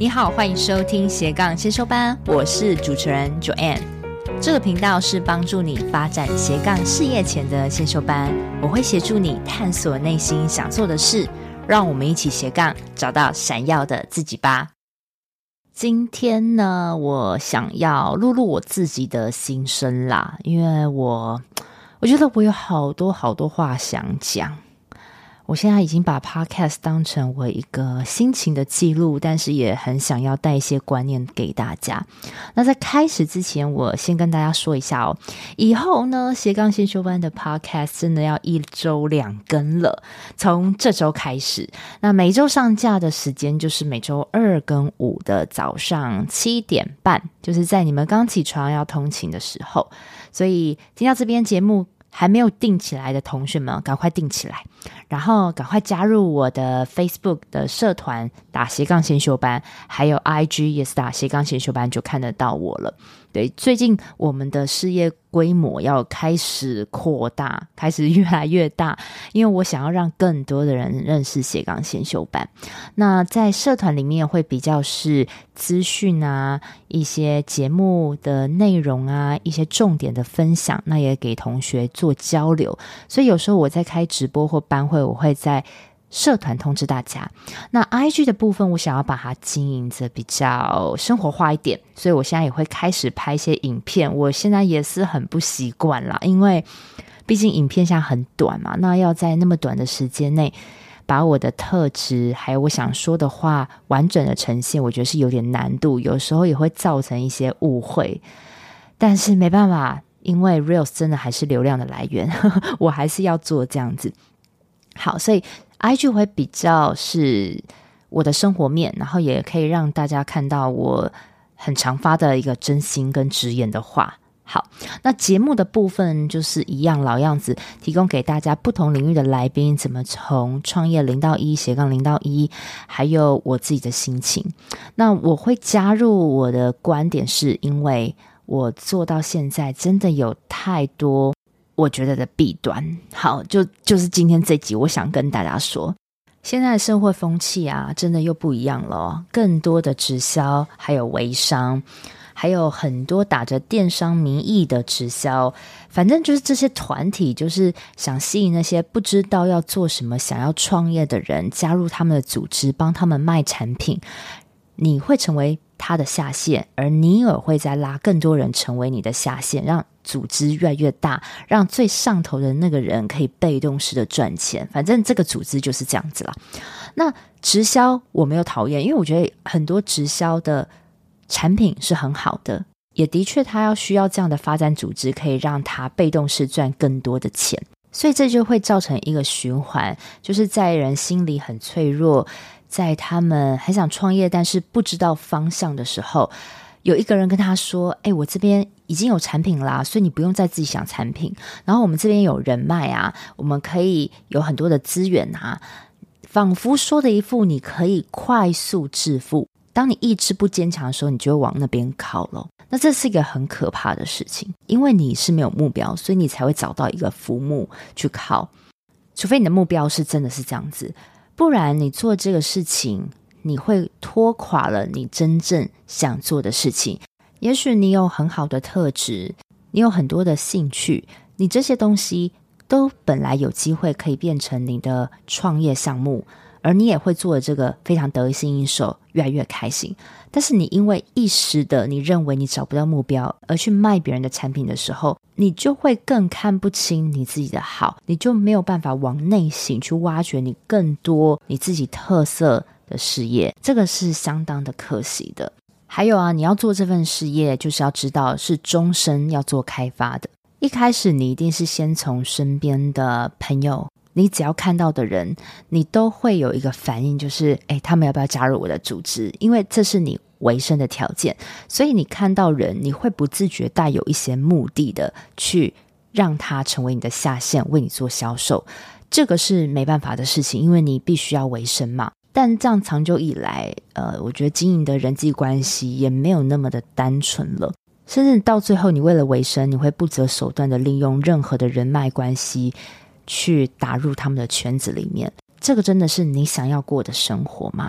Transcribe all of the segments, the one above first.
你好，欢迎收听斜杠先修班，我是主持人 Joanne。这个频道是帮助你发展斜杠事业前的先修班，我会协助你探索内心想做的事，让我们一起斜杠找到闪耀的自己吧。今天呢，我想要录我自己的心声啦，因为我觉得我有好多话想讲。我现在已经把 podcast 当成我一个心情的记录，但是也很想要带一些观念给大家。那在开始之前，我先跟大家说一下哦，以后呢，斜杠先修班的 podcast 真的要1周2更了，从这周开始。那每周上架的时间就是每周2跟5的早上7点半，就是在你们刚起床要通勤的时候。所以听到这边节目还没有定起来的同学们，赶快定起来，然后赶快加入我的 Facebook 的社团，打斜杠先修班，还有 IG 也是打斜杠先修班，就看得到我了。对，最近我们的事业规模要开始扩大，开始越来越大，因为我想要让更多的人认识斜杠先修班。那在社团里面会比较是资讯啊，一些节目的内容啊，一些重点的分享，那也给同学做交流。所以有时候我在开直播或班会，我会在社团通知大家。那 IG 的部分我想要把它经营着比较生活化一点，所以我现在也会开始拍一些影片。我现在也是很不习惯啦，因为毕竟影片现在很短嘛，那要在那么短的时间内把我的特质还有我想说的话完整的呈现，我觉得是有点难度，有时候也会造成一些误会，但是没办法，因为 Reels 真的还是流量的来源我还是要做这样子。好，所以 IG 会比较是我的生活面，然后也可以让大家看到我很常发的一个真心跟直言的话。好，那节目的部分就是一样老样子，提供给大家不同领域的来宾怎么从创业0到1斜杠0到1，还有我自己的心情。那我会加入我的观点，是因为我做到现在真的有太多我觉得的弊端。好，就是今天这集我想跟大家说，现在的社会风气啊，真的又不一样了哦，更多的直销，还有微商，还有很多打着电商名义的直销，反正就是这些团体就是想吸引那些不知道要做什么想要创业的人加入他们的组织，帮他们卖产品。你会成为他的下线，而你也会再拉更多人成为你的下线，让组织越来越大，让最上头的那个人可以被动式的赚钱。反正这个组织就是这样子啦。那直销我没有讨厌，因为我觉得很多直销的产品是很好的，也的确他要需要这样的发展组织，可以让他被动式赚更多的钱。所以这就会造成一个循环，就是在人心里很脆弱，在他们很想创业但是不知道方向的时候，有一个人跟他说，我这边已经有产品啦，所以你不用再自己想产品，然后我们这边有人脉啊，我们可以有很多的资源啊，仿佛说的一副你可以快速致富。当你意志不坚强的时候，你就会往那边靠了。那这是一个很可怕的事情，因为你是没有目标，所以你才会找到一个浮木去靠，除非你的目标是真的是这样子，不然你做这个事情你会拖垮了你真正想做的事情。也许你有很好的特质，你有很多的兴趣，你这些东西都本来有机会可以变成你的创业项目，而你也会做这个非常得心应手，越来越开心。但是你因为一时的你认为你找不到目标而去卖别人的产品的时候，你就会更看不清你自己的好，你就没有办法往内省去挖掘你更多你自己特色的事业，这个是相当的可惜的。还有啊，你要做这份事业，就是要知道是终身要做开发的。一开始你一定是先从身边的朋友，你只要看到的人，你都会有一个反应，就是他们要不要加入我的组织，因为这是你维生的条件。所以你看到人，你会不自觉带有一些目的的去让他成为你的下线，为你做销售。这个是没办法的事情，因为你必须要维生嘛。但这样长久以来我觉得经营的人际关系也没有那么的单纯了，甚至到最后你为了维生，你会不择手段的利用任何的人脉关系去打入他们的圈子里面。这个真的是你想要过的生活吗？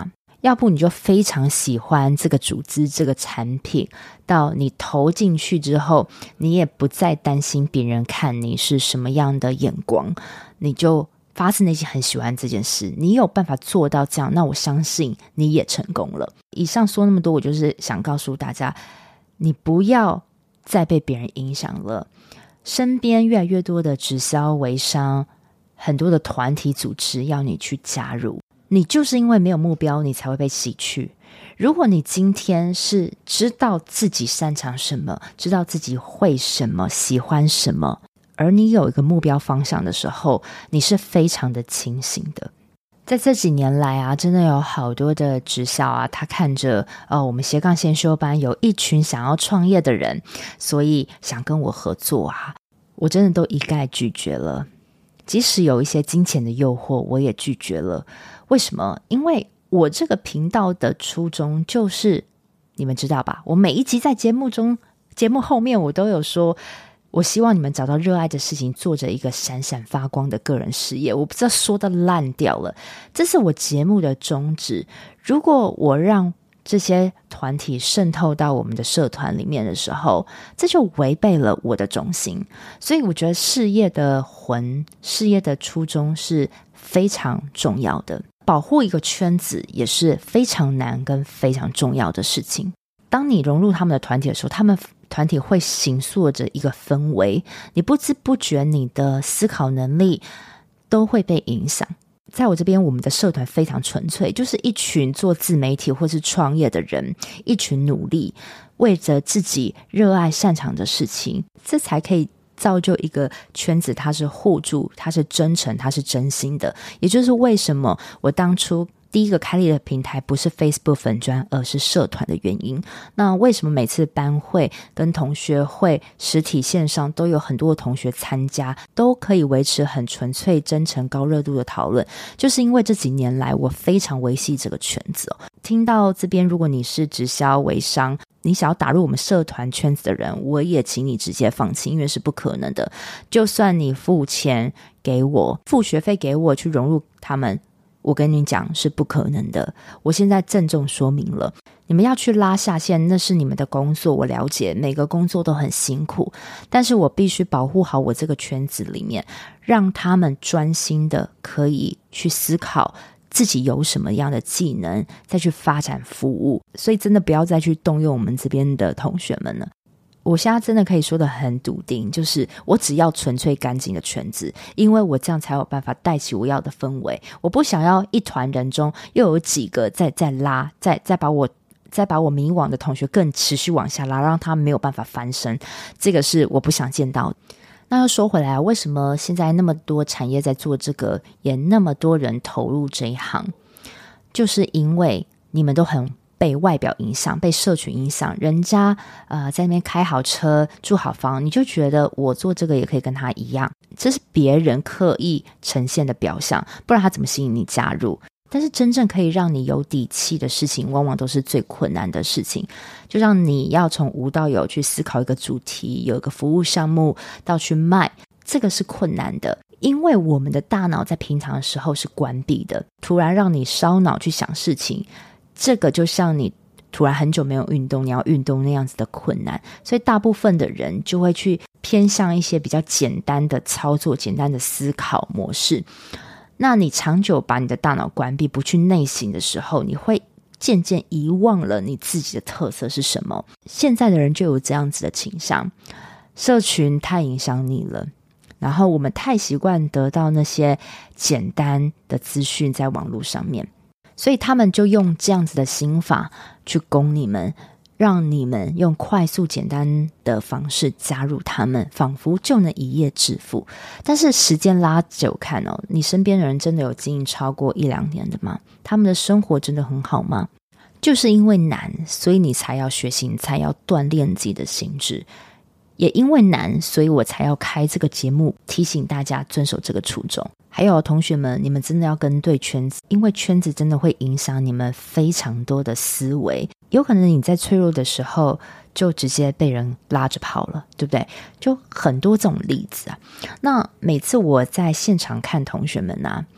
要不你就非常喜欢这个组织这个产品，到你投进去之后，你也不再担心别人看你是什么样的眼光，你就发自内心很喜欢这件事，你有办法做到这样，那我相信你也成功了。以上说那么多，我就是想告诉大家，你不要再被别人影响了。身边越来越多的直销微商，很多的团体组织要你去加入，你就是因为没有目标，你才会被洗去。如果你今天是知道自己擅长什么，知道自己会什么，喜欢什么，而你有一个目标方向的时候，你是非常的清醒的。在这几年来啊，真的有好多的直销啊，他看着我们斜杠先修班有一群想要创业的人，所以想跟我合作啊，我真的都一概拒绝了。即使有一些金钱的诱惑，我也拒绝了。为什么？因为我这个频道的初衷就是，你们知道吧，我每一集在节目后面我都有说，我希望你们找到热爱的事情，做着一个闪闪发光的个人事业。我不知道说的烂掉了，这是我节目的宗旨。如果我让这些团体渗透到我们的社团里面的时候，这就违背了我的中心。所以我觉得事业的魂，事业的初衷是非常重要的，保护一个圈子也是非常难跟非常重要的事情。当你融入他们的团体的时候，他们团体会形塑着一个氛围，你不知不觉你的思考能力都会被影响。在我这边，我们的社团非常纯粹，就是一群做自媒体或是创业的人，一群努力为着自己热爱擅长的事情，这才可以造就一个圈子，它是互助，它是真诚，它是真心的。也就是为什么我当初第一个开立的平台不是 Facebook 粉专，而是社团的原因。那为什么每次班会跟同学会实体线上都有很多的同学参加，都可以维持很纯粹真诚高热度的讨论，就是因为这几年来我非常维系这个圈子听到这边，如果你是直销微商，你想要打入我们社团圈子的人，我也请你直接放弃，因为是不可能的。就算你付钱给我，付学费给我去融入他们，我跟你讲是不可能的。我现在郑重说明了，你们要去拉下线，那是你们的工作，我了解每个工作都很辛苦，但是我必须保护好我这个圈子里面，让他们专心的可以去思考自己有什么样的技能，再去发展服务。所以真的不要再去动用我们这边的同学们了。我现在真的可以说得很笃定，就是我只要纯粹干净的圈子，因为我这样才有办法带起我要的氛围。我不想要一团人中又有几个在拉，再把我迷惘的同学更持续往下拉，让他没有办法翻身，这个是我不想见到的。那又说回来，为什么现在那么多产业在做这个，也那么多人投入这一行，就是因为你们都很被外表影响，被社群影响，人家在那边开好车住好房，你就觉得我做这个也可以跟他一样，这是别人刻意呈现的表象，不然他怎么吸引你加入？但是真正可以让你有底气的事情，往往都是最困难的事情。就像你要从无到有去思考一个主题，有一个服务项目到去卖，这个是困难的，因为我们的大脑在平常的时候是关闭的，突然让你烧脑去想事情，这个就像你突然很久没有运动，你要运动那样子的困难。所以大部分的人就会去偏向一些比较简单的操作，简单的思考模式。那你长久把你的大脑关闭，不去内省的时候，你会渐渐遗忘了你自己的特色是什么。现在的人就有这样子的倾向，社群太影响你了，然后我们太习惯得到那些简单的资讯在网络上面，所以他们就用这样子的心法去攻你们，让你们用快速简单的方式加入他们，仿佛就能一夜致富。但是时间拉久看你身边的人真的有经营超过1-2年的吗？他们的生活真的很好吗？就是因为难，所以你才要学习，你才要锻炼自己的心智。也因为难，所以我才要开这个节目，提醒大家遵守这个初衷。还有同学们，你们真的要跟对圈子，因为圈子真的会影响你们非常多的思维。有可能你在脆弱的时候就直接被人拉着跑了，对不对？就很多这种例子啊。那每次我在现场看同学们啊，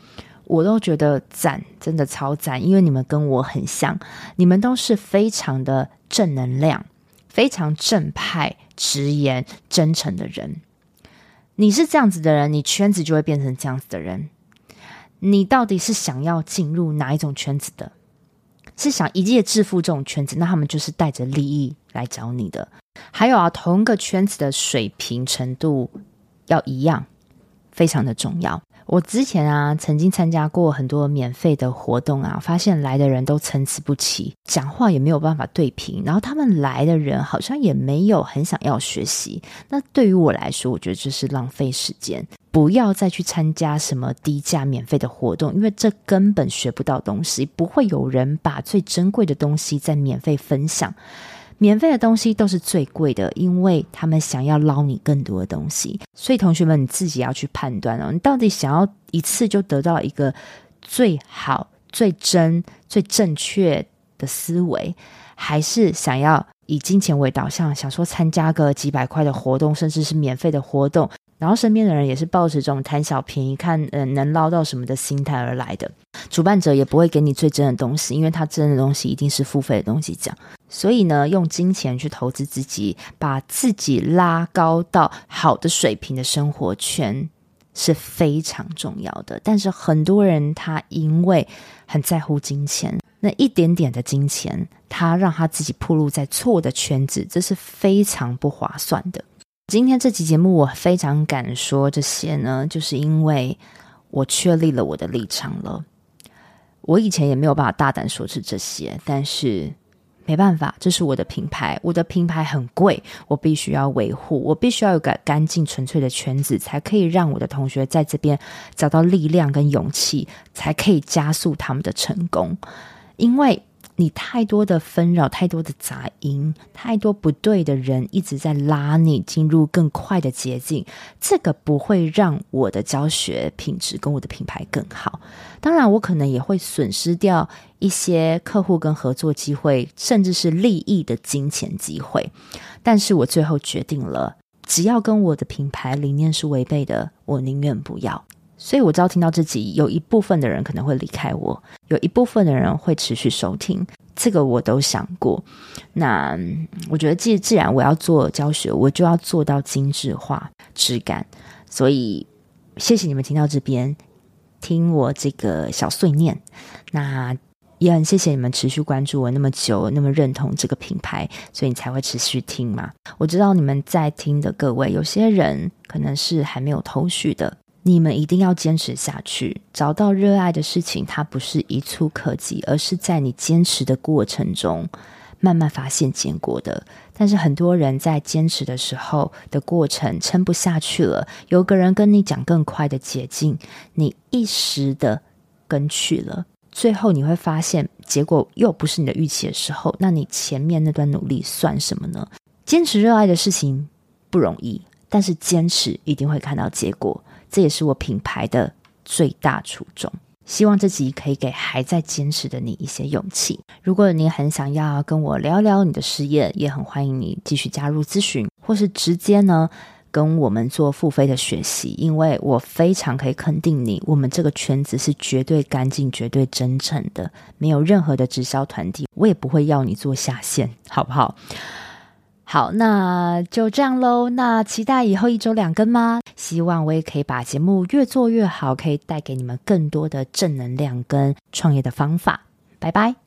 我都觉得赞，真的超赞，因为你们跟我很像，你们都是非常的正能量，非常正派、直言、真诚的人。你是这样子的人，你圈子就会变成这样子的人。你到底是想要进入哪一种圈子的？是想一夜致富这种圈子，那他们就是带着利益来找你的。还有啊，同个圈子的水平程度要一样，非常的重要。我之前啊，曾经参加过很多免费的活动啊，发现来的人都参差不齐，讲话也没有办法对平，然后他们来的人好像也没有很想要学习。那对于我来说，我觉得这是浪费时间，不要再去参加什么低价免费的活动，因为这根本学不到东西，不会有人把最珍贵的东西再免费分享。免费的东西都是最贵的，因为他们想要捞你更多的东西。所以同学们，你自己要去判断哦，你到底想要一次就得到一个最好、最真、最正确的思维，还是想要以金钱为导向，想说参加个几百块的活动，甚至是免费的活动，然后身边的人也是抱着这种贪小便宜，看能捞到什么的心态而来的。主办者也不会给你最真的东西，因为他真的东西一定是付费的东西讲。所以呢，用金钱去投资自己，把自己拉高到好的水平的生活圈是非常重要的。但是很多人他因为很在乎金钱，那一点点的金钱他让他自己暴露在错的圈子，这是非常不划算的。今天这期节目我非常敢说这些呢，就是因为我确立了我的立场了。我以前也没有办法大胆说出这些，但是没办法，这是我的品牌，我的品牌很贵，我必须要维护，我必须要有个干净纯粹的圈子，才可以让我的同学在这边找到力量跟勇气，才可以加速他们的成功。因为你太多的纷扰，太多的杂音，太多不对的人一直在拉你进入更快的捷径，这个不会让我的教学品质跟我的品牌更好。当然我可能也会损失掉一些客户跟合作机会，甚至是利益的金钱机会，但是我最后决定了，只要跟我的品牌理念是违背的，我宁愿不要。所以我知道听到这集有一部分的人可能会离开我，有一部分的人会持续收听，这个我都想过。那我觉得既然我要做教学，我就要做到精致化、质感。所以谢谢你们听到这边，听我这个小碎念。那也很谢谢你们持续关注我那么久，那么认同这个品牌，所以你才会持续听嘛。我知道你们在听的各位，有些人可能是还没有头绪的，你们一定要坚持下去，找到热爱的事情，它不是一触可及，而是在你坚持的过程中慢慢发现结果的。但是很多人在坚持的时候的过程撑不下去了，有个人跟你讲更快的捷径，你一时的跟去了，最后你会发现结果又不是你的预期的时候，那你前面那段努力算什么呢？坚持热爱的事情不容易，但是坚持一定会看到结果，这也是我品牌的最大初衷。希望这集可以给还在坚持的你一些勇气。如果你很想要跟我聊聊你的事业，也很欢迎你继续加入咨询，或是直接呢跟我们做付费的学习，因为我非常可以肯定你，我们这个圈子是绝对干净、绝对真诚的，没有任何的直销团体，我也不会要你做下线，好不好？好，那就这样咯。那期待以后1周2更吗？希望我也可以把节目越做越好，可以带给你们更多的正能量跟创业的方法。拜拜。